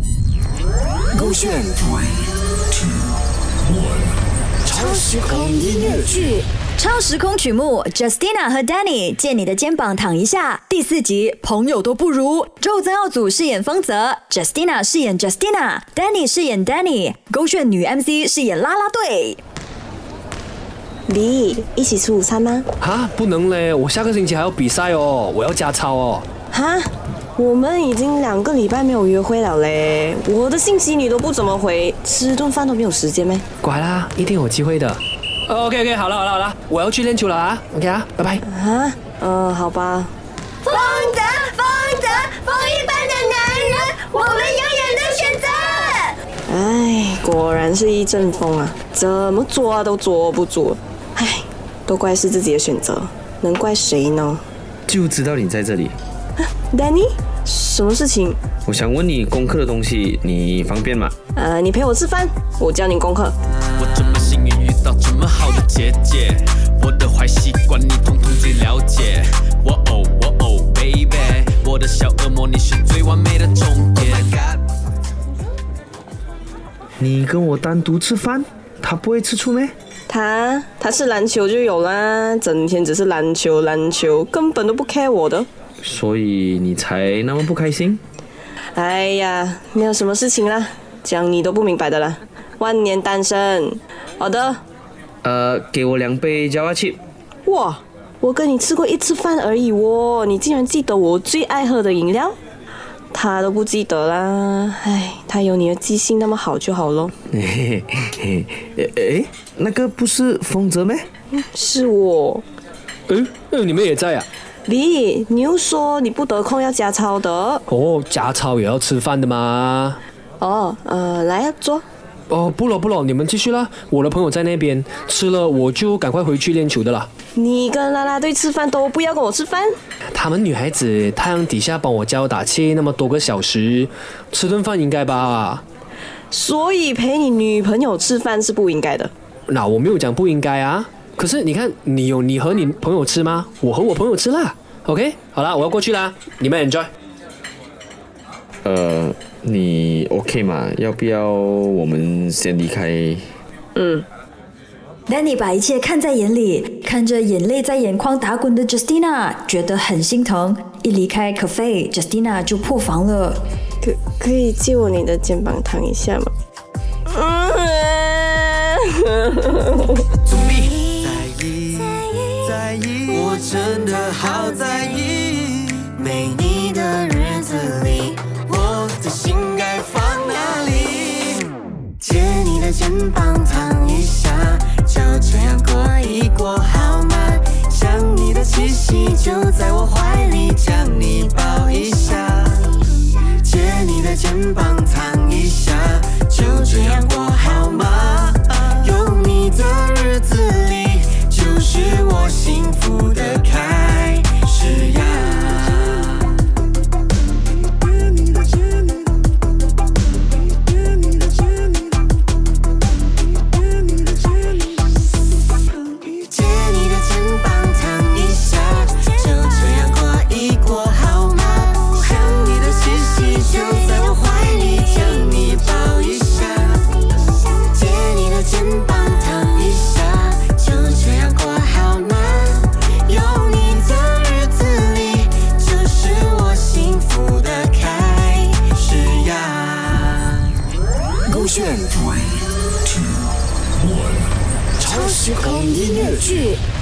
勾选超时空音乐剧。 超时空曲目 Justina 和 Danny 借你的肩膀躺一下第4集朋友都不如，周曾耀祖饰演丰泽， Justina 饰演 Justina， Danny 饰演 Danny， 勾选女 MC 饰演啦啦队。 李，一起吃午餐吗？ 哈，不能嘞，我下个星期还要比赛哦，我要加操哦。 哈，我们已经2个礼拜没有约会了嘞，我的信息你都不怎么回，吃顿饭都没有时间咩？ 乖啦，一定有机会的。OK， 好了，我要去练球了啊 ！OK 啊，拜拜。 好吧。 丰泽，风一般的男人，我们永远的选择。 哎，果然是一阵风啊，怎么抓都捉不住。哎，都怪是自己的选择，能怪谁呢？ 就知道你在这里。 Danny， 什么事情？ 我想问你功课的东西，你方便吗？ 你陪我吃饭，我教你功课。 我这么幸运遇到这么好的姐姐，我的坏习惯你统统最了解。我哦 baby， 我的小恶魔你是最完美的终点。 你跟我单独吃饭，他不会吃醋咩？ 他是篮球就有啦，整天只是篮球，根本都不 care 我的。 所以你才那么不开心？ 哎呀，没有什么事情啦，讲你都不明白的啦。万年单身。好的。 给我2杯 Java Chip。 哇，我跟你吃过1次饭而已哦，你竟然记得我最爱喝的饮料？他都不记得啦，哎，他有你的记性那么好就好咯。 那个不是丰泽咩？ 是我。 你们也在啊？ 李，你又说你不得空要加操的。 哦，加操也要吃饭的吗？ 来啊，坐。 不了，你们继续啦。我的朋友在那边吃了，我就赶快回去练球的啦。 你跟啦啦队吃饭都不要跟我吃饭？ 他们女孩子太阳底下帮我加油打气那么多个小时，吃顿饭应该吧？ 所以陪你女朋友吃饭是不应该的。 那我没有讲不应该啊。可是你看，你有你和你朋友吃吗？我和我朋友吃啦。OK， 好啦，我要过去啦，你们 enjoy。 你 OK 吗？要不要我们先离开 Danny 把一切看在眼里，看着眼泪在眼眶打滚的 Justina， 觉得很心疼。一离开 cafe， Justina 就破防了。 可以借我你的肩膀躺一下吗？ 在意，我真的好在意。没你的日子里，我的心该放哪里？借你的肩膀躺一下，就这样过一过好吗？想你的气息就在我怀里，将你抱一下。借你的肩膀躺一下，就这样过好吗？有你的日子里，就是我幸福的开始呀。 超时空音乐剧。